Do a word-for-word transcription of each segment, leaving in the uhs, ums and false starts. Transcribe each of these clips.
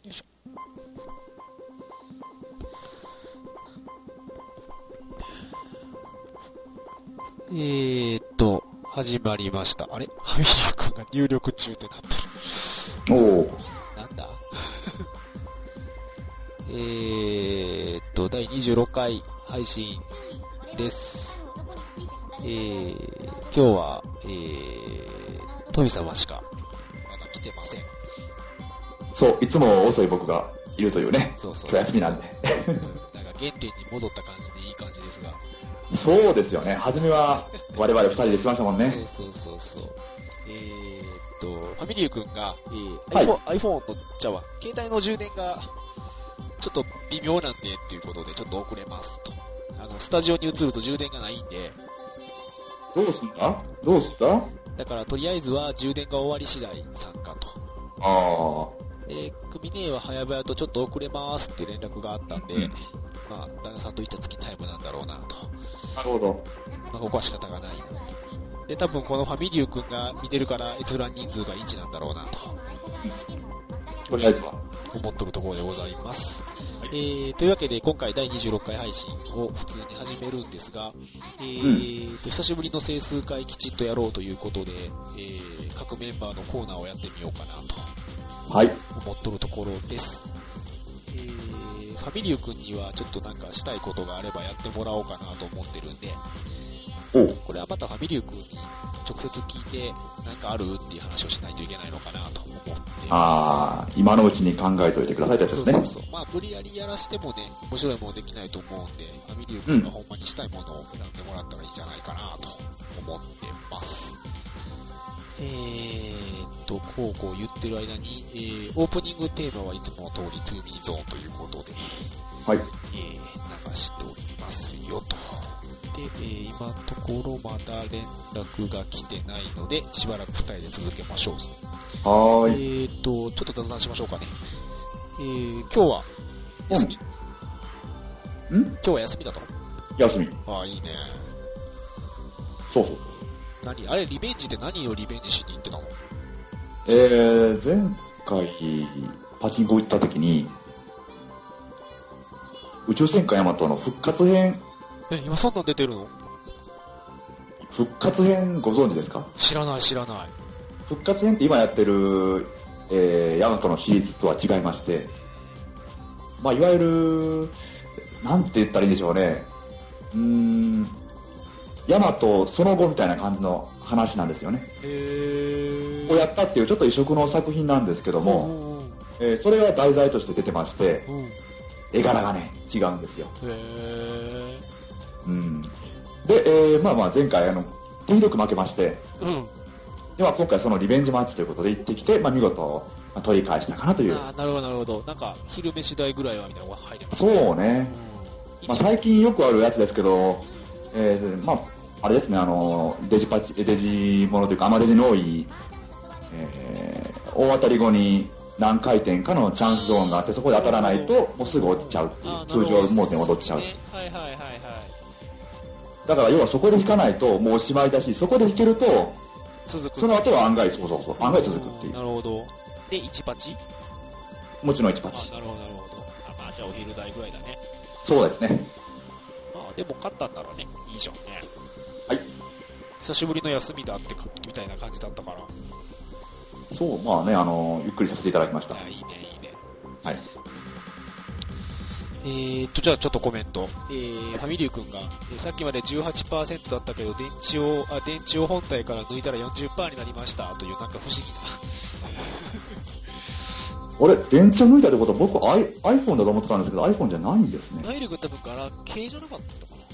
いしょ。えーっと、始まりました。あれハミリュウ君が入力中ってなってる。 おお。 なんだえーっと、だいにじゅうろっかい配信です。えー、今日は、えー、トミ様しかまだ来てません。 そう、いつも遅い僕がいるというね。 そうそうそう。 今日休みなんで。 なんか原点に戻った感じでいい感じですが。 そうですよね。初めは我々二人でしましたもんね。 そうそうそうそう。えーっと、ファミリュウ君が、えーはい iPhone, iPhone の、じゃあ、携帯の充電が、ちょっと微妙なんでっていうことで、ちょっと遅れますと。あの、スタジオに移ると充電がないんで、 どうすんだどうすんだだからとりあえずは充電が終わり次第参加と。 あで、クミネーは早々とちょっと遅れますって連絡があったんで、 うんまあ、旦那さんといった月タイムなんだろうなと。 あ、なるほど。 まあ、ここは仕方がない。で、多分このファミリュウ君が見てるから閲覧人数がいちなんだろうなと。 とりあえずは。 思っとるところでございます。えー、というわけで今回だいにじゅうろっかい配信を普通に始めるんですが、えーと、久しぶりの整数回きちっとやろうということで、えー、各メンバーのコーナーをやってみようかなとはい。 思っとるところです。えー、ファミリュウ君にはちょっとなんかしたいことがあればやってもらおうかなと思ってるんで、 おう。 これはまたファミリュウ君に直接聞いてなんかあるっていう話をしないといけないのかなと思って。 ああ、今のうちに考えておいてくださいってやつですね。 そうそうそう。まあ無理やりやらしてもね、面白いものできないと思うんで、ファミリュウ君がほんまにしたいものを選んでもらったらいいんじゃないかなと思ってます。えーっと、こうこう言ってる間に、えー、オープニングテーマはいつもの通り To Me Zone ということで、 はい。 えー、流しておりますよと。で、えー、今のところまだ連絡が来てないので、しばらくふたりで続けましょう。 はーい。 えーっと、ちょっと雑談しましょうかね。えー、今日は休み、 ん今日は休みだと。 休み。 ああ、いいね。 そうそう。 何あれ、リベンジって何をリベンジしに行ってたの？ えー、前回、パチンコ行った時に、宇宙戦艦ヤマトの復活編、 え、今そんなん出てるの？ 復活編ご存知ですか？ 知らない知らない。 復活編って今やってる、えー、ヤマトのシリーズとは違いまして、まあ、いわゆる、なんて言ったらいいんでしょうね。うーん、ヤマトその後みたいな感じの話なんですよね。 へー。 をやったっていうちょっと異色の作品なんですけども、 うんうん、 えーそれが題材として出てまして、 うん、 絵柄がね、違うんですよ。 へー。 うん。で、えー、まあまあ前回、あの、手ひどく負けまして、 うん。 では今回そのリベンジマッチということで行ってきて、まあ見事、まあ、取り返したかなという。 ああ、なるほどなるほど。なんか、昼飯代ぐらいはみたいなのが入ってますそうね。 うん、 まあ、最近よくあるやつですけど、えー、まあ、あれですね、あの、デジパチ、デジものというか、アマデジの多い、えー、大当たり後に何回転かのチャンスゾーンがあって、そこで当たらないと、もうすぐ落ちちゃうっていう、通常盲点戻っちゃう。 ね、はいはいはいはい。 だから要はそこで引かないともうおしまいだし、そこで引けると、 続く。 その後は案外、そうそうそう、案外続くっていう。 なるほど。で、いちパチ？ もちろんいちパチ。 あ、なるほどなるほど。あ、まあじゃあお昼代ぐらいだね。 そうですね。 まあでも勝ったんならね、いいじゃんね。 はい。 久しぶりの休みだってみたいな感じだったから。 そう、まあね、あの、ゆっくりさせていただきました。 いや、いいね、いいね。 はい。 えーっと、じゃあちょっとコメント。えー、ファミリュウ君が、えーさっきまで じゅうはちパーセント だったけど、電池を、あ、電池を本体から抜いたら よんじゅっパーセント になりましたという、なんか不思議あれ、電池を抜いたってことは僕、アイ、iPhone だと思ってたんですけど、iPhone じゃないんですね。 な。ナイル君多分ガラケーじゃなかったかな。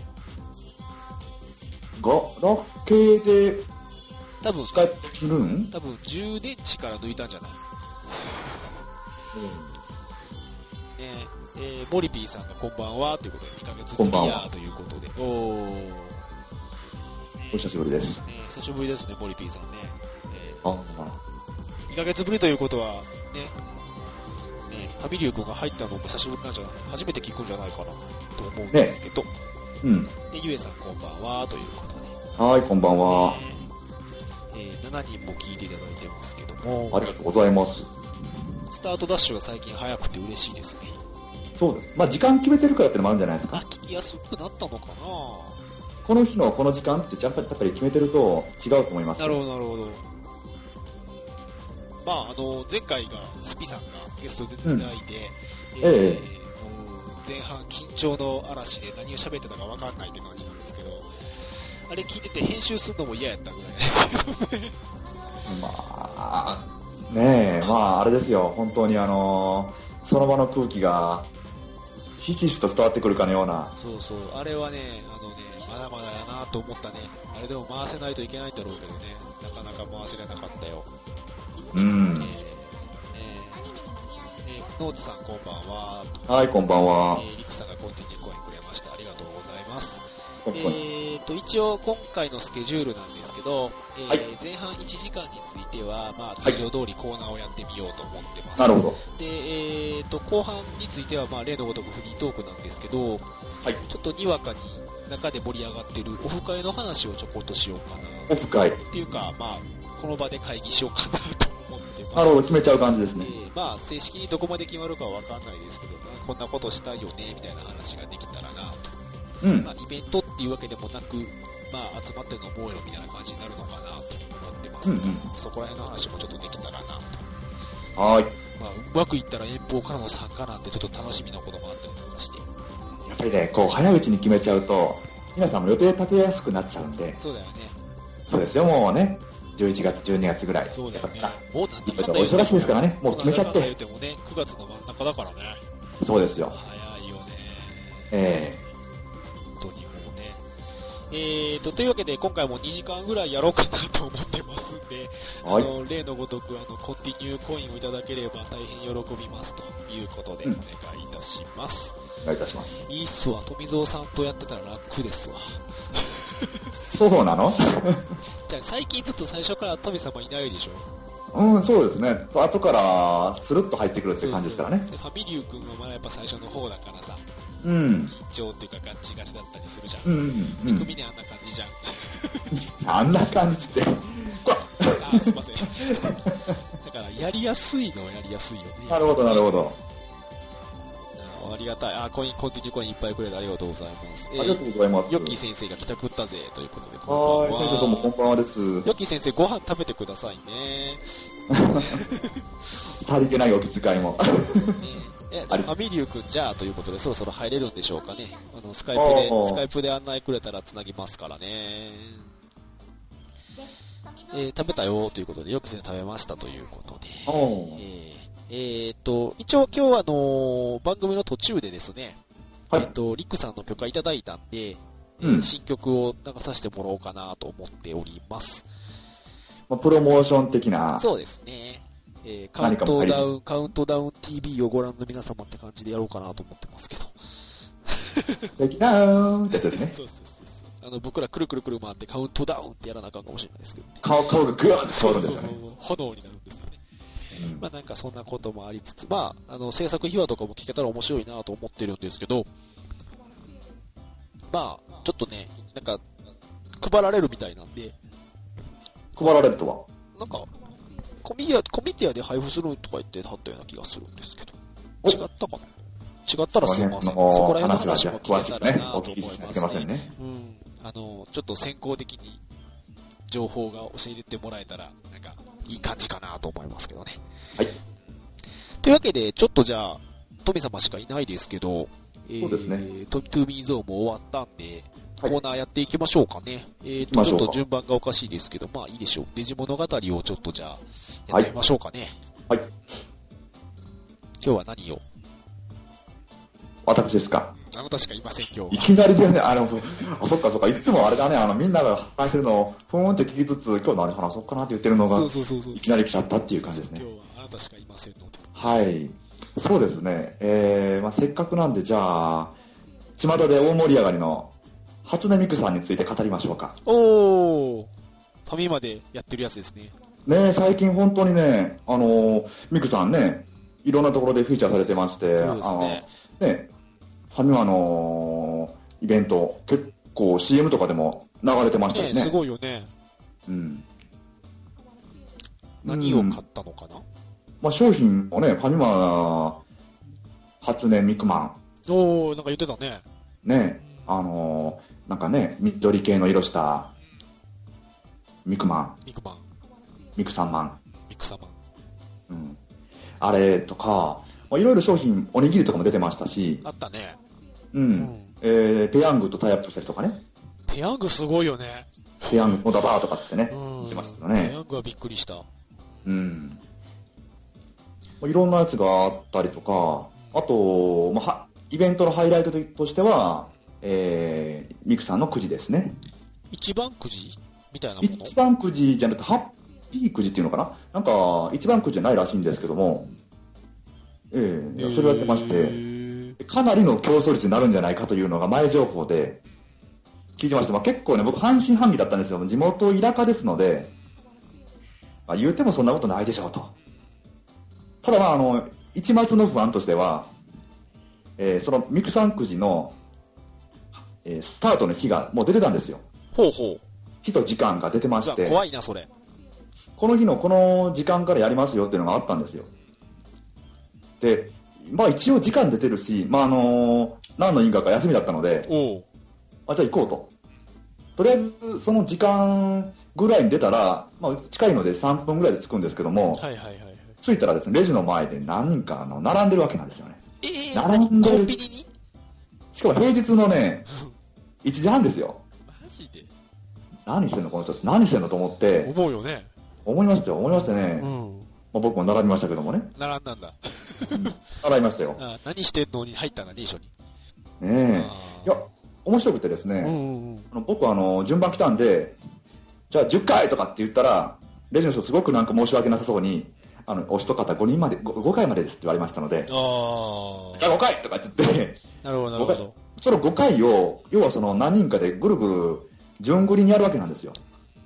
ガラケーで多分、 使えるん？ 多分充電池から抜いたんじゃない？ うん。 ねえー、モリピーさんがこんばんはということでにかげつぶりこんばんはやということで、おー、ね、 お久しぶりです。 ね、久しぶりですね、モリピーさんね、えあー、にかげつぶりということはね、ね、ファミリュウ君が入ったのも久しぶりなんじゃない、初めて聞くんじゃないかなと思うんですけど、ね、 うん。 でゆえさんこんばんはということで、 はい、こんばんは。 えーえー、しちにんも聞いていただいてますけども、 ありがとうございます。 スタートダッシュが最近早くて嬉しいですね。 そうです。まあ時間決めてるからってのもあるんじゃないですか。 あ、聞きやすくなったのかな。 この日のこの時間ってやっぱりやっぱり決めてると違うと思います。 なるほどなるほど。まああの前回がスピさんがゲストで出ていただいて、うん、えーええ前半緊張の嵐で何を喋ってたか分かんないって感じなんですけど、あれ聞いてて編集するのも嫌やったぐらいまあねえ、まああれですよ、本当にあのー、その場の空気がひしひしと伝わってくるかのような。 そうそう、あれはね、あのね、まだまだやなと思ったね。あれでも回せないといけないんだろうけどね、なかなか回せれなかったよ。 うん、 えーえー、ノーツさんこんばんは。 はい、こんばんは。 えー、リクさんがコンティニューコインくれました。ありがとうございます。えーと、一応今回のスケジュールなんですけど、えーはい、前半いちじかんについては、まあ、通常通りコーナーをやってみようと思ってます。 はい、なるほど。 で、えーと、後半については、まあ、例のごとくフリートークなんですけど、はい、ちょっとにわかに中で盛り上がってるオフ会の話をちょこっとしようかな。 オフ会っていうか、まあ、この場で会議しようかなと思ってます。 なるほど、決めちゃう感じですね。 えー、まあ、正式にどこまで決まるかはわかんないですけど、まあ、こんなことしたいよね、みたいな話ができたらなと。うん、まあ、イベントっていうわけでもなく、まあ、集まって飲もうよみたいな感じになるのかなと思ってますが、うんうん、そこら辺の話もちょっとできたらなと。 はい。 まあ、うまくいったら遠方からの参加なんてちょっと楽しみなこともあったりとかして。 やっぱりね、こう、早いうちに決めちゃうと、皆さんも予定立てやすくなっちゃうんで。 そうだよね。 そうですよ、もうね、じゅういちがつ、じゅうにがつぐらい。 そうだよね。 もうなんだかんだお忙しいですからね、もう決めちゃって。 言うてもね、くがつの真ん中だからね。 そうですよ。 早いよね。 ええー。 えーと、というわけで今回もにじかんぐらいやろうかなと思ってますんで、はい、あの例のごとくあのコンティニューコインをいただければ大変喜びますということでお願いいたします。 うん、お願いいたします。 いいっすわ、富蔵さんとやってたら楽ですわ。 そうなの？ じゃあ最近ちょっと最初から富様いないでしょ？ うん、そうですね。後からスルッと入ってくるっていう感じですからね。 そうそう。でファミリュー君はまだやっぱ最初の方だからさ。 うん、 緊張っていうかガチガチだったりするじゃん。 うんうんうん、 組であんな感じじゃん。 あんな感じで。 あ、すいません。だからやりやすいのはやりやすいよね。 なるほどなるほど。 ありがたい。あ、コインコンティニューコインいっぱいくれてありがとうございます。 えー、ありがとうございます。 ヨッキー先生が帰宅ったぜということで。 はい、先生どうもこんばんはです。ヨッキー先生ご飯食べてくださいね。 さりげないお気遣いも。 え、ファミリュー君じゃあということでそろそろ入れるんでしょうかね。あのスカイプでスカイプで案内くれたらつなぎますからね。えー、食べたよということでよく食べましたということで。えー、えー、と一応今日はあのー、番組の途中でですね、はい、えー、とリックさんの許可いただいたんで、うん、えー、新曲を流させてもらおうかなと思っております。 まあ、プロモーション的な。 そうですね。えー、カウントダウン、カウントダウン ティービー をご覧の皆様って感じでやろうかなと思ってますけど。 チェキダウンってやつですね。 そうそうそうそう。あの、僕らくるくるくる回ってカウントダウンってやらなあかんかもしれないですけど、ね。 顔、顔がグワーって変わるんですよね。 そうそうそう。炎になるんですよね。うん、まあなんかそんなこともありつつ、まあ、あの、制作秘話とかも聞けたら面白いなと思ってるんですけど、まあ、ちょっとね、なんか、配られるみたいなんで。 配られるとはなんか、コミティア、コミティアで配布するとか言ってはったような気がするんですけど。違ったかな？違ったらすいません。そこら辺の話も聞けたらなと思いますね。ねうん。あの、ちょっと先行的に情報が教えてもらえたら、なんか、いい感じかなと思いますけどね。 はい。 というわけで、ちょっとじゃあ、富様しかいないですけど、 そうですね。 えー、トゥーミーゾーンも終わったんで、コーナーやっていきましょうかね。えーと、ちょっと順番がおかしいですけど、まあいいでしょう。デジ物語をちょっとじゃあ、やってみましょうかね。 はい。はい、 今日は何を？ 私ですか。 あなたしかいません、今日は。 いきなりでね、あの、あ、そっかそっか、いつもあれだね、あの、みんなが話してるのを、ふーんって聞きつつ、今日何話そうかなって言ってるのが、そうそうそうそう、いきなり来ちゃったっていう感じですね。 今日はあなたしかいませんので。 はい。そうですね。えー、まあせっかくなんで、じゃあ、巷で大盛り上がりの、初音ミクさんについて語りましょうか。 おー、ファミマでやってるやつですね。 ね、最近本当にね、あのー、ミクさんね、いろんなところでフィーチャーされてまして、 そうですね、 あのね、ファミマのイベント、結構 シーエム とかでも流れてましたしね。 ね、すごいよね。 うん。 何を買ったのかな、うん、 まあ、商品もね、ファミマ初音ミクマン。 おー、なんか言ってたね。 ね、あのー、なんかね、緑系の色したミクマン。 ミクマン。 ミクさんまん。 ミク様。 うん。あれとか、まあ、いろいろ商品、おにぎりとかも出てましたし。 あったね。 うん。うん、えー、ペヤングとタイアップしたりとかね。 ペヤングすごいよね。 ペヤング、モダバーとかってね、言ってますけどね。 ペヤングはびっくりした。 うん。いろんなやつがあったりとか、あと、まあ、イベントのハイライトとしては、えー、ミクさんのくじですね。 一番くじみたいなもの？ 一番くじじゃなくて、ハッピーくじっていうのかな、なんか、一番くじじゃないらしいんですけども、えー、えー、それをやってまして、かなりの競争率になるんじゃないかというのが前情報で聞いてました。まあ、結構ね、僕半信半疑だったんですよ。地元田舎ですので、まあ、言うてもそんなことないでしょうと。ただまあ、あの、一末の不安としては、えー、そのミクさんくじの、えー、スタートの日がもう出てたんですよ。 ほうほう。 日と時間が出てまして。 怖いな、それ。 この日のこの時間からやりますよっていうのがあったんですよ。で、まあ一応時間出てるし、まああのー、何の因果か休みだったので、 おあ、じゃあ行こうと。とりあえずその時間ぐらいに出たら、まあ近いのでさんぷんぐらいで着くんですけども、 はいはいはいはい、 着いたらですね、レジの前で何人かあの並んでるわけなんですよね。 えー、 並んでる。 コンビニに？ しかも平日のね、いちじはんですよ。 マジで？ 何してんのこの人たち、何してんのと思って。 思うよね。 思いましたよ、思いましたね。 うん。 まあ、僕も並びましたけどもね。 並んだんだ。 並びましたよ。 あ、何してんのに入ったんだね、一緒に。 ねえ。いや、面白くてですね、 うんうんうん、 あの僕はあの順番来たんで、じゃあじゅっかいとかって言ったら、レジの人すごくなんか申し訳なさそうに、あのお一方ごにんまで 5, ごかいまでですって言われましたので、 あじゃあごかいとかって言って、 なるほどなるほど。 そのごかいを、要はその何人かでぐるぐる順繰りにやるわけなんですよ。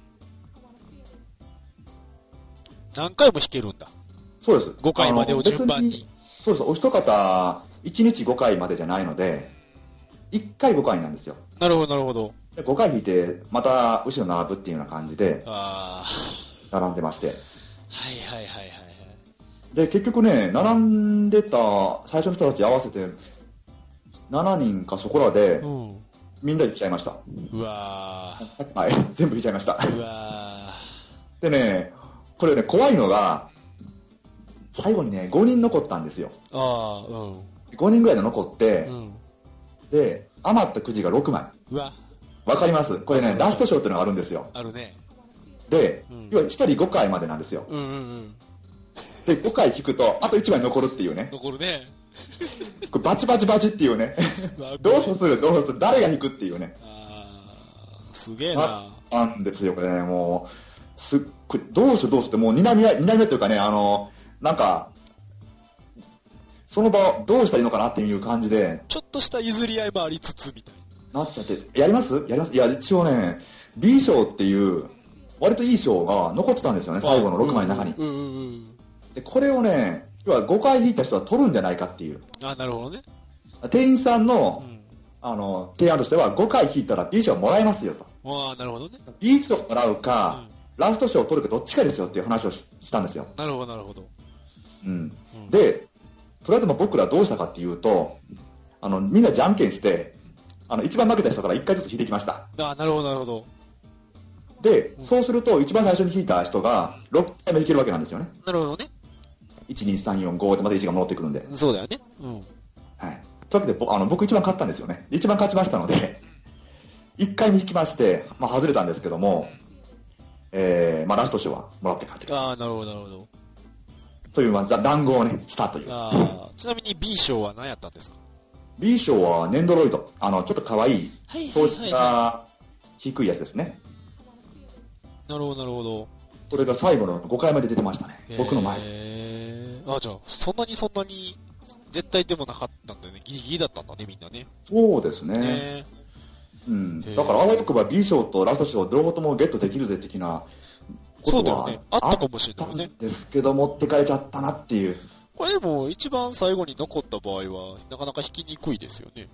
何回も弾けるんだ。 そうです。 ごかいまでを順番に。にそうです。お一方、いちにちごかいまでじゃないので、いっかいごかいなんですよ。 なるほど、なるほど。 でごかい弾いて、また後ろ並ぶっていうような感じで、 あ並んでまして。 はいはいはいはいはい。 で、結局ね、並んでた最初の人たち合わせて、しちにんかそこらで、うん、みんなで弾いちゃいました。 うわー。はい、全部弾いちゃいました。 うわー。でね、これね、怖いのが、最後にね、ごにん残ったんですよ。 ああ、うん。 ごにんぐらいで残って、 うん、 で、余ったくじがろくまい。 うわ。 わかります？これね、ラストショーっていうのがあるんですよ。 あるね。 で、うん、要はひとりごかいまでなんですよ。 うんうんうん。 で、ごかい引くと、あといちまい残るっていうね。 残るね。 これバチバチバチっていうね。どうするどうする誰が引くっていうね。 あー、すげえな。 あんですよ、これね、もう、すっごい、どうするどうするって、もうにらみ合い、にらみ合いというかね、あの、なんか、その場をどうしたらいいのかなっていう感じで。 ちょっとした譲り合いもありつつみたいな。なっちゃって、やりますやりますいや、一応ね、B 賞っていう、割といい賞が残ってたんですよね、最後のろくまいの中に。 うんうんうん、 で、これをね、要はごかい引いた人は取るんじゃないかっていう。 あ、なるほどね。 店員さんの、うん、あの、提案としては、ごかい引いたら B 賞もらえますよと。 ああ、なるほどね。 B 賞をもらうか、うん、ラスト賞を取るかどっちかですよっていう話を し, したんですよ。 なるほど、なるほど。 うん。うん、で、とりあえず僕らどうしたかっていうと、あの、みんなじゃんけんして、あの、一番負けた人からいっかいずつ引いてきました。 ああ、なるほど、なるほど。 で、うん、そうすると、一番最初に引いた人がろっかいめ引けるわけなんですよね。 なるほどね。 いち、に、さん、よん、ごでまたいちが戻ってくるんで。 そうだよね。うん。 はい。というわけで、あの僕一番勝ったんですよね。一番勝ちましたので、いっかいめ引きまして、まあ、外れたんですけども、えー、まあ、ラスト賞はもらって帰ってくる。 ああ、なるほど、なるほど。 という、まあ、談合をね、したという。 あちなみに B 賞は何やったんですか？ B 賞はネンドロイド。あの、ちょっと可愛い、糖質が低いやつですね。 なるほど、なるほど。 それが最後のごかいめで出てましたね。僕の前に。 へー。あ、じゃあ、そんなにそんなに、絶対でもなかったんだよね。ギリギリだったんだね、みんなね。 そうですね。うん。だから、あわよくば B 賞とラスト賞両方ともゲットできるぜ、的なことは。そうだよね。 あったかもしれないね。 ですけど、持ってかれちゃったなっていう。 これでも、一番最後に残った場合は、なかなか引きにくいですよね。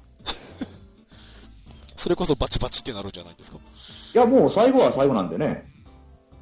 それこそバチバチってなるんじゃないですか。 いや、もう最後は最後なんでね。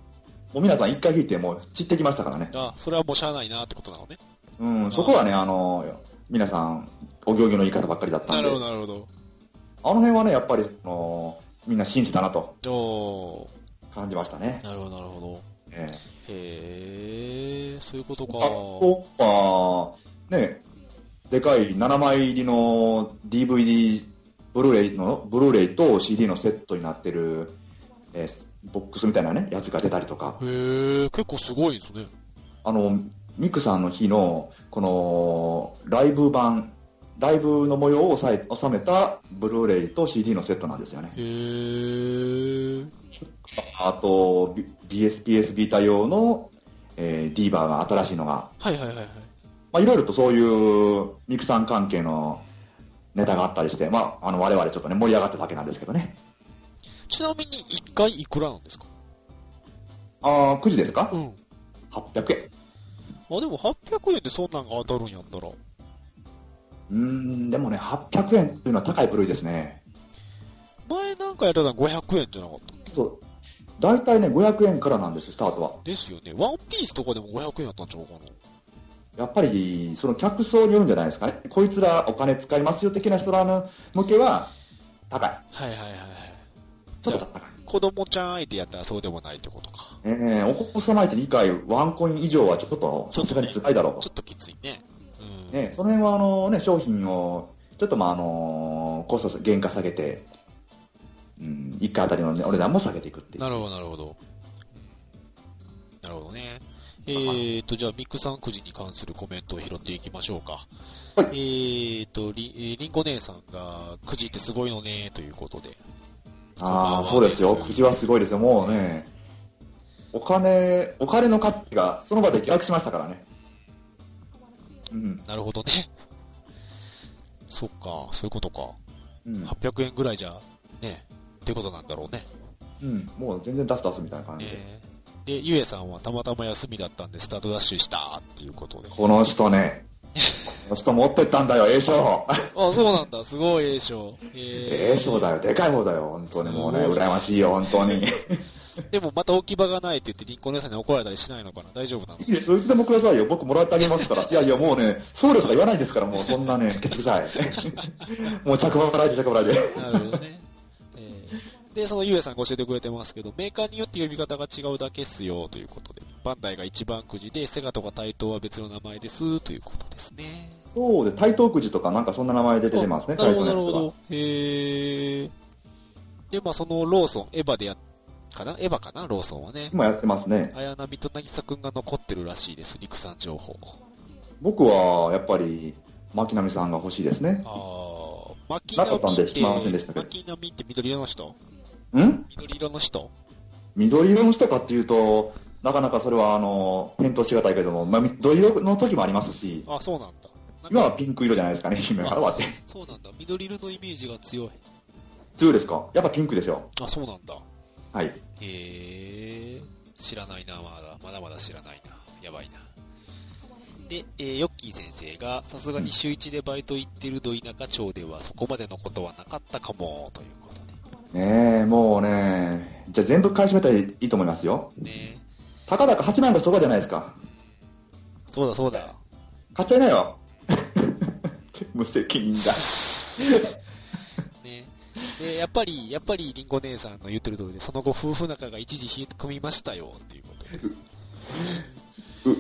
もう皆さん一回引いてもう散ってきましたからね。 あ、それはもうしゃあないなってことなのね。 うん、そこはね、あの、皆さん、お行儀の言い方ばっかりだったんで。 なるほど、なるほど。 あの辺はね、やっぱり、あのみんな信じたなと。 お感じましたね。 なるほど、なるほど。 ええ。へえ、そういうことか。 あとは、ね、でかいななまい入りの ディーブイディー、ブルーレイの、ブルーレイと シーディー のセットになってる、えー、ボックスみたいなね、やつが出たりとか。 へえ、結構すごいですね。 あの、ミクさんの日の、この、ライブ版、ライブの模様を収め収めたブルーレイと シーディー のセットなんですよね。 へー。 あと、ビーエスピーエス ビータ用の、えー、ディーバーが新しいのが。 はいはいはいはい。 まあいろいろとそういうミクさん関係のネタがあったりして、まあ、あの我々ちょっとね、盛り上がっただけなんですけどね。 ちなみにいっかいいくらなんですか？ ああ、くじですか？ うん。 はっぴゃくえん。 あ、でもはっぴゃくえんでそんなんが当たるんやったら。 うーん、でもね、はっぴゃくえんっていうのは高い部類ですね。 前なんかやったらごひゃくえんじゃなかったっけ？ そう。大体ね、ごひゃくえんからなんですよ、スタートは。 ですよね。ワンピースとかでもごひゃくえんやったんちゃうかな。 やっぱり、その客層によるんじゃないですかね。こいつらお金使いますよ的な人らの向けは、高い。 はいはいはいはい。 ちょっと高い。 子供ちゃん相手やったらそうでもないってことか。 ええー、お子様相手に以外ワンコイン以上はちょっと、さすがに辛いだろうと。 ちょっときついね。 うん。ね、その辺はあのね、商品を、ちょっとまああの、コスト原価下げて、うん、いっかいあたりのお値段も下げていくっていう。 なるほどなるほど。なるほどね。えーと、じゃあ、ミックさんくじに関するコメントを拾っていきましょうか。はい、えーと、り、りんご姉さんが、くじってすごいのね、ということで。 ああ、そうですよ。くじはすごいですよ。もうね、お金、お金の価値がその場で下落しましたからね。 うん。なるほどね。そっか、そういうことか。うん。はっぴゃくえんぐらいじゃ、ね、ってことなんだろうね。 うん、もう全然出す出すみたいな感じで。 えーで、ゆえさんはたまたま休みだったんでスタートダッシュしたっていうことで。 この人ね、この人持ってったんだよ、A 賞。 あ、そうなんだ、すごい A 賞。 えー、A 賞だよ、でかい方だよ、本当にもうね、羨ましいよ、本当に。 でもまた置き場がないって言って、リンコ姉さんに怒られたりしないのかな、大丈夫なの？ いいです、いつでもくださいよ、僕もらってあげますから。いやいや、もうね、送料とか言わないですから、もうそんなね、ケチくさい。もう着払いで着払いで。 なるほどね。で、そのゆえさんが教えてくれてますけど、メーカーによって呼び方が違うだけっすよ、ということで。バンダイが一番くじで、セガとかタイトーは別の名前です、ということですね。 そうで、台東くじとかなんかそんな名前で出てますね、 なるほど、なるほど。へー。で、まあそのローソン、エヴァでやっ、かなエヴァかなローソンはね。 今やってますね。 綾波と渚くんが残ってるらしいです、陸さん情報。 僕は、やっぱり、牧波さんが欲しいですね。 あー、牧波って、なかったんで、しませんでしたけど。 牧波って緑色の人？ ん緑色の人緑色の人かっていうと、なかなかそれは、あの、返答しがたいけども、まあ、緑色の時もありますし、 あ、そうなんだ。 今はピンク色じゃないですかね、姫は。わって。 そうなんだ。緑色のイメージが強い。 強いですか？やっぱピンクですよ。 あ、そうなんだ。 はい。 へえ、知らないな、まだ。まだまだ知らないな。やばいな。で、えー、ヨッキー先生が、さすがに週一でバイト行ってるど田舎町ではそこまでのことはなかったかも、ということで。 ねえ、もうね、じゃあ全部買い占めたらいいと思いますよ。ねえ。たかだかはちまんがそばじゃないですか。 そうだそうだ。 買っちゃいなよ。無責任だ。 ねで、やっぱり、やっぱりリンゴ姉さんの言ってる通りで、その後夫婦仲が一時冷え込みましたよ、っていうことで。う、う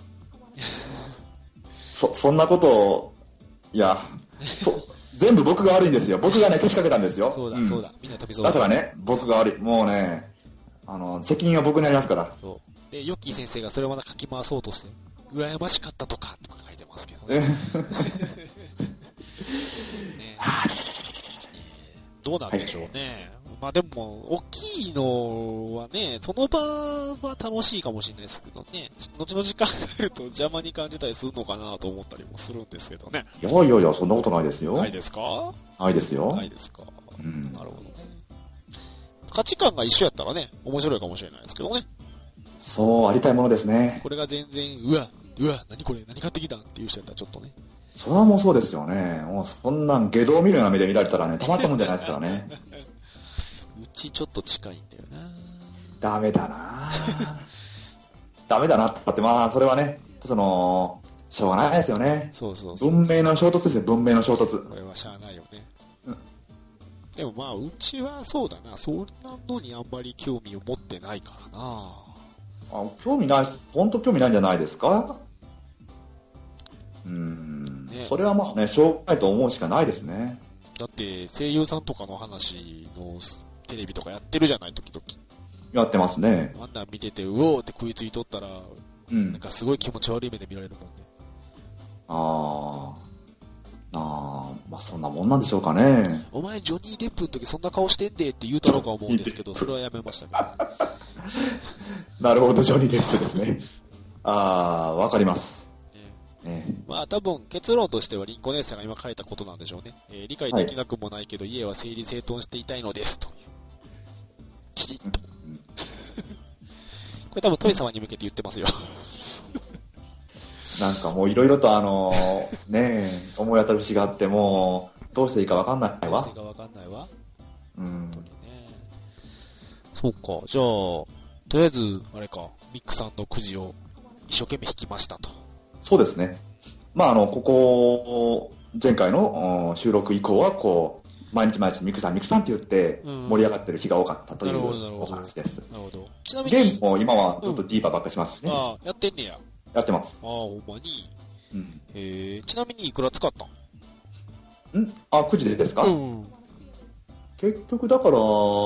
そ、そんなことを、いや、そ、全部僕が悪いんですよ。僕がね、けしかけたんですよ。 そうだ、うん、そうだ。みんな飛びそうだ。だからね、僕が悪い。もうね、あの、責任は僕にありますから。 そう。で、ヨッキー先生がそれをまた書き回そうとして、羨ましかったとか、とか書いてますけどね。ねどうなんでしょうね。はい、まあでも、大きいのはね、その場は楽しいかもしれないですけどね、後々考えると邪魔に感じたりするのかなと思ったりもするんですけどね。 いやいやいや、そんなことないですよ。 ないですか？ ないですよ。 ないですか。 うん。 なるほどね。価値観が一緒やったらね、面白いかもしれないですけどね。 そう、ありたいものですね。 これが全然、うわ、うわ、何これ、何買ってきたんっていう人やったらちょっとね。 それはもうそうですよね。もうそんなん下道を見るような目で見られたらね、たまったもんじゃないですからね。 うちちょっと近いんだよな。 ダメだなダメだなって、まあ、それはね、その、しょうがないですよね。 そうそうそう。 文明の衝突ですよ、文明の衝突。 これはしゃあないよね。うん。でもまあ、うちはそうだな、そんなのにあんまり興味を持ってないからな。 あ、興味ない、本当興味ないんじゃないですか？うーん、ね、それはまあね、しょうがないと思うしかないですね。 だって、声優さんとかの話のテレビとかやってるじゃない、時々。やってますね。 あんなん見てて、うおーって食いついとったら、 うん、 なんかすごい気持ち悪い目で見られるもんね。 ああ、ああ、まあそんなもんなんでしょうかね。 お前ジョニー・デップの時そんな顔してんでって言うたのか思うんですけど、それはやめましたけど。 なるほど、ジョニー・デップですね。ああ、わかります。 ね、まあ多分結論としてはリンコ姉さんが今書いたことなんでしょうね。えー、理解できなくもないけど、はい、家は整理整頓していたいのですという。キリッと。うん、これ多分トイ様に向けて言ってますよ。 なんかもういろいろとあのー、ねえ、思い当たる節があってもう、どうしていいかわかんないわ。 どうしていいかわかんないわ。 うん。 本当にね。そうか、じゃあ、とりあえず、あれか、ミックさんのくじを一生懸命引きましたと。 そうですね。まああの、ここ、前回の収録以降はこう、毎日毎日ミクさんミクさんって言って盛り上がってる日が多かったというお話です。 なるほど。ちなみに。 ゲームも今はちょっとディーバーばっかしますしね。 うん、ああ、やってんねや。 やってます。 ああ、ほんまに。 うん。 えー、ちなみにいくら使ったんんあ、くじでですか？うん。結局だから、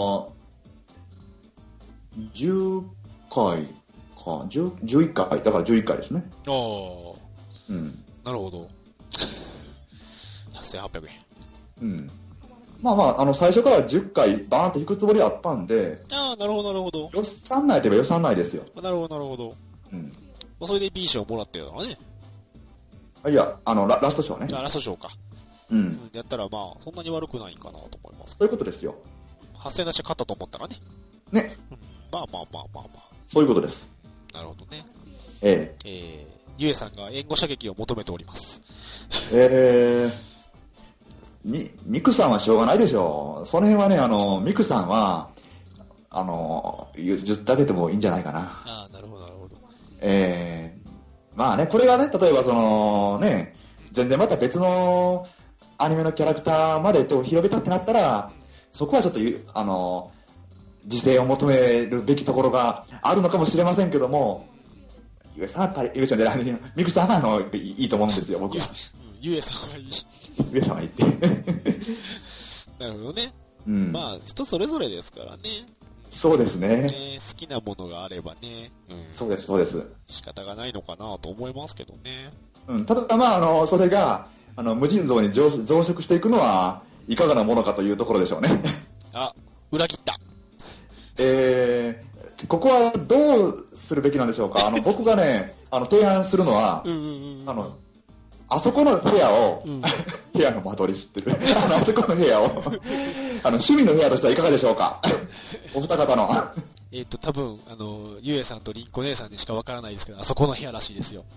じゅっかいか、じゅういっかい、だからじゅういっかいですね。 ああ。 うん。 なるほど。はっせんはっぴゃくえん。 うん。まあまあ、あの、最初からじゅっかいバーンと引くつもりはあったんで。 ああ、なるほど、なるほど。 予算内といえば予算内ですよ。 なるほど、なるほど。 うん。 まあ、それで B 賞もらってるからね。 いや、あの、ラ, ラスト賞ね。 あ、ラスト賞か。 うん。 やったらまあ、そんなに悪くないかなと思います。 そういうことですよ。 はっせんえん出して勝ったと思ったらね。 ね。 うん、まあまあまあまあまあ。 そういうことです。 なるほどね。 ええ。えー、ゆえさんが援護射撃を求めております。 えー。み、ミクさんはしょうがないでしょう。その辺はね、あの、ミクさんは、あの、言ってあげてもいいんじゃないかな。 ああ、なるほど、なるほど。 ええー、まあね、これがね、例えばその、ね、全然また別のアニメのキャラクターまで手を広げたってなったら、そこはちょっと、あの、自制を求めるべきところがあるのかもしれませんけども、ゆえさんはやっぱり、ゆえさんじゃない、ミクさんはあの、いいと思うんですよ、僕は。 ゆえさんはいい。 ゆえさんはいいって。 なるほどね。 うん、 まあ、人それぞれですからね。 そうですね。 ね、好きなものがあればね、 うん。そうです、そうです。 仕方がないのかなと思いますけどね。 うん、ただ、まあ、あの、それが、あの、無尽蔵に増増殖していくのは、いかがなものかというところでしょうね。あ、 裏切った。 えー、ここはどうするべきなんでしょうか。あの、僕がね、あの、提案するのは、 うんうんうん、 あの、あそこの部屋を、うん、部屋の間取り知ってる。あの、あそこの部屋を、あの、趣味の部屋としてはいかがでしょうか。お二方の。 えっと、多分、あの、ゆえさんとりんこ姉さんにしかわからないですけど、あそこの部屋らしいですよ。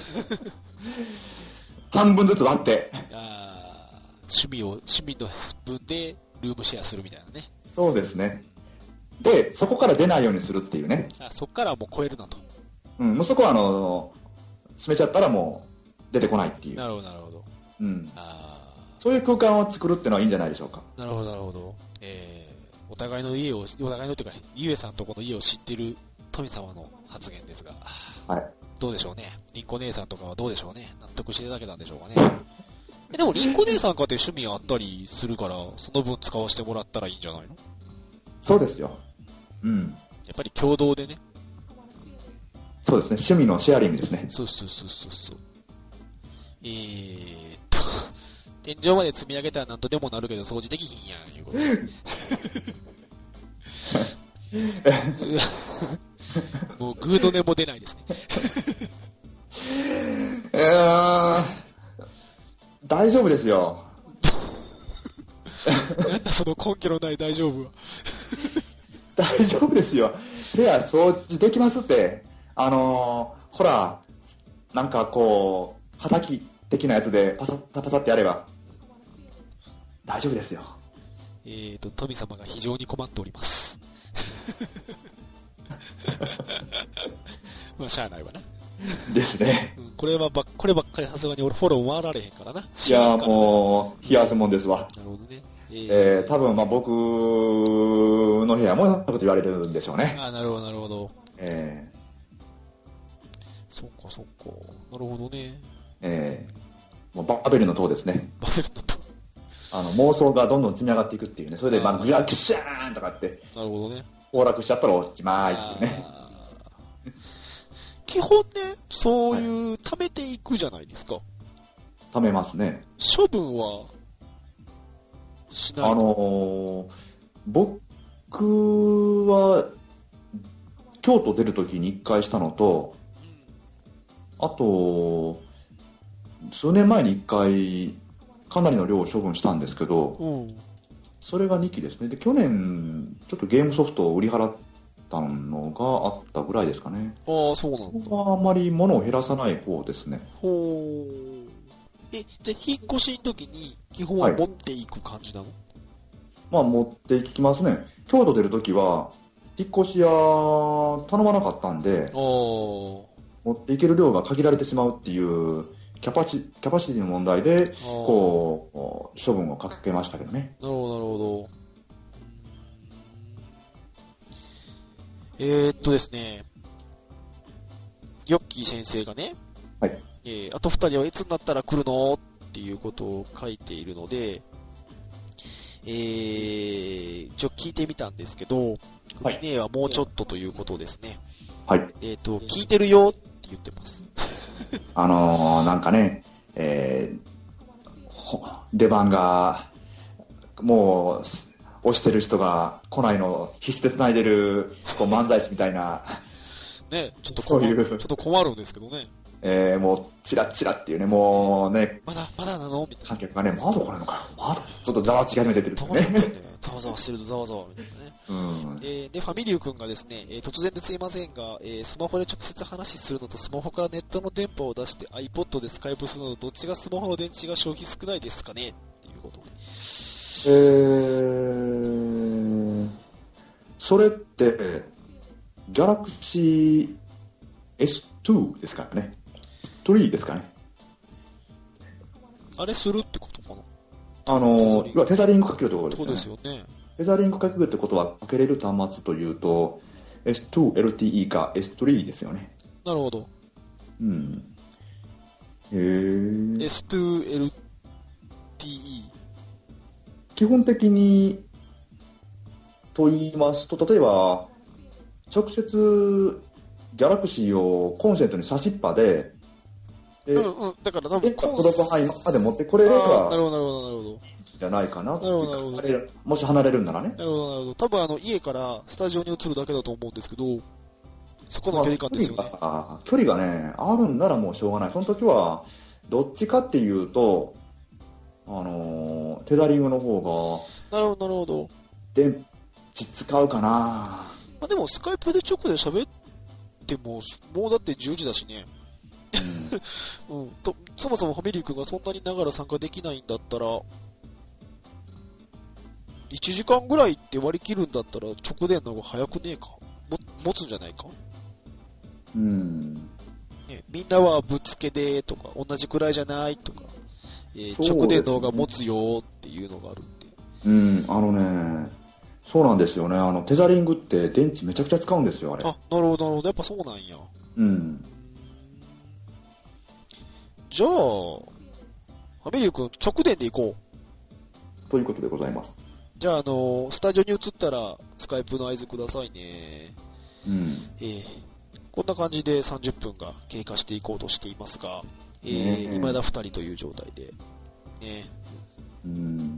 半分ずつ割って。 あ趣味を、趣味の分でルームシェアするみたいなね。 そうですね。で、そこから出ないようにするっていうね。 あ、そこからはもう超えるなと。 うん、もうそこはあの、閉めちゃったらもう出てこないっていう。 なるほど、なるほど。 うん。あそういう空間を作るっていうのはいいんじゃないでしょうか。 なるほど、なるほど。えー、お互いの家を、お互いのというか、ゆえさんとこの家を知ってる富様の発言ですが。 はい。 どうでしょうね。りんこ姉さんとかはどうでしょうね。納得していただけたんでしょうかね。え、でもりんこ姉さんかって趣味あったりするから、その分使わせてもらったらいいんじゃないの？ そうですよ。うん。 やっぱり共同でね。 そうですね。趣味のシェアリングですね。 そうそうそうそうそう。えーっと、天井まで積み上げたら何とでもなるけど掃除できひんやん、いうことです。もうグーの音も出ないですね。 えー、大丈夫ですよ。 なんだその根拠のない大丈夫は。 大丈夫ですよ。部屋掃除できますって。あのー、ほら、なんかこう、はたき的なやつでパサッパサってやれば大丈夫ですよ。 えーと、富様が非常に困っております。 まあ、しゃあないわな。 ですね。 うん、これはば、こればっかりさすがに俺フォロー回られへんからな。 いやーもう、冷やすもんですわ。 なるほどね。えー、 えー、多分まあ僕の部屋もそんなこと言われるんでしょうね。 ああ、なるほど、なるほど。 えー、そっか、そっか。なるほどね。 えー、もうバベルの塔ですね。 バベルの塔。 あの、妄想がどんどん積み上がっていくっていうね。それで、まあ、ぐやきしゃーんとかって。 なるほどね。 崩落しちゃったら落ちまーいっていうね。 基本ね、そういう、貯めていくじゃないですか。 貯めますね。 処分は、しない。 あのー、僕は、京都出るときに一回したのと、あと、数年前に一回、かなりの量を処分したんですけど、 うん、 それがにきですね。で、去年、ちょっとゲームソフトを売り払ったのがあったぐらいですかね。 ああ、そうなんだ。 僕はあまり物を減らさない方ですね。 ほう。え、じゃあ、引っ越しの時に、基本は持っていく感じなの？はい、 まあ、持っていきますね。京都出るときは、引っ越し屋頼まなかったんで、持っていける量が限られてしまうっていう、キャパチ、キャパシティの問題で、こう、処分をかけましたけどね。 なるほど、なるほど。えー、っとですね、ヨッキー先生がね、 はい。 えー、あと二人はいつになったら来るのっていうことを書いているので、えー、ちょ、聞いてみたんですけど、クミネはもうちょっとということですね。 はい。 えー、っと、聞いてるよって言ってます。 あのー、なんかね、えー、出番が、もう、押してる人が来ないのを必死で繋いでる、こう漫才師みたいな。 ね、ちょっとそういう。 ちょっと困るんですけどね。 えー、もう、チラッチラっていうね、もうね。 まだ、まだなのみたいな。 観客がね、まだ来ないのかよ。まだちょっとざわつき始めてるってね。 ざわざわしてるとざわざわみたいなね。 うん、 えー、で、ファミリュー君がですね、えー、突然ですいませんが、えー、スマホで直接話するのとスマホからネットの電波を出して iPod でスカイプするのとどっちがスマホの電池が消費少ないですかねっていうことで。 えー、それって、ギャラクシー エスツー ですからね。スリーですかね。 あれするってことかな。 あの、フェザリングかけるってことですね。 そうですよね。 フェザリングかけるってことは、かけれる端末というと、エスツーエルティーイー か エススリー ですよね。 なるほど。 うん。へー。 エスツーエルティーイー。 基本的に、と言いますと、例えば、直接、ギャラクシーをコンセントに差しっぱで、 うんうん、だから多分電波届く範囲まで持ってこれれば、 なるほど、なるほど、なるほど。 じゃないかなっていう。 なるほど、なるほど。 もし離れるんならね。 なるほど、なるほど。多分あの、家からスタジオに移るだけだと思うんですけど、そこの距離感ですよね。 まあ、距離がね、あるんならもうしょうがない。その時は、どっちかっていうと、あのー、テザリングの方が、なるほど、なるほど。 電池使うかな。 まあでも、スカイプで直で喋っても、もうだってじゅうじだしね。うんうん、とそもそもファミリー君がそんなに長ら参加できないんだったら、いちじかんぐらいって割り切るんだったら直電の方が早くねえかも持つんじゃないか、 うんね、みんなはぶっつけでとか同じくらいじゃないとか、えー、直電の方が持つよっていうのがあるんで。 うん、あのね、そうなんですよね。あのテザリングって電池めちゃくちゃ使うんですよ、あれ。 あ、なるほどなるほど、やっぱそうなんや。 うん。 じゃあ、ファミリー君、直電で行こう。ということでございます。 じゃあ、あのー、スタジオに移ったら、スカイプの合図くださいね。 うん。 えー、こんな感じでさんじゅっぷんが経過していこうとしていますが、えー、 ね、 未だふたりという状態で、ね。 うん。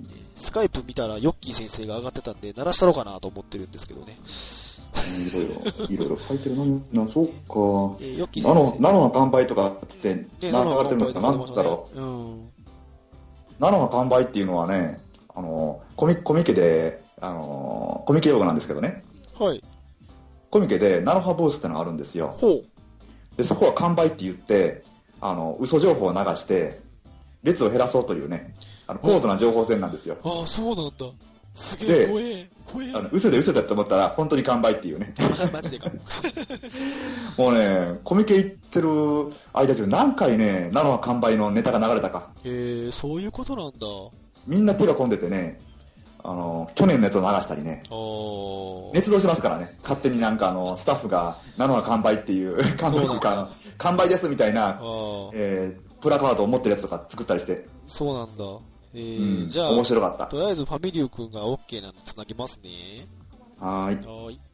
スカイプ見たらヨッキー先生が上がってたんで、鳴らしたろうかなと思ってるんですけどね。 いろいろ、いろいろ書いてるな、な、そうか。 えー、ヨッキー先生。ナノは完売とかつって、 ね、 流れてるのかなんだろう。 うん。 ナノは完売っていうのはね、あの、コミ、コミケで、あの、コミケ用語なんですけどね。 はい。 コミケでナノハブースってのがあるんですよ。 ほう。 で、そこは完売って言って、あの、嘘情報を流して、列を減らそうというね、あの高度な情報戦なんですよ。 ああ、そうなんだ。 すげえ、怖え、怖え。 あの、嘘で嘘だと思ったら、本当に完売っていうね。 マジでか。 もうね、コミケ行ってる間中何回ね、ナノは完売のネタが流れたか。 へえ、そういうことなんだ。 みんな手が込んでてね、あの、去年のやつを流したりね。熱動しますからね。勝手になんかあの、スタッフが、ナノは完売っていう、完売か、完売ですみたいな、えー、プラカードを持ってるやつとか作ったりして。 そうなんだ。えー、うん、じゃあ、 面白かった。 とりあえずファミリュー君が OK なのつなぎますね。 はーい。 はーい。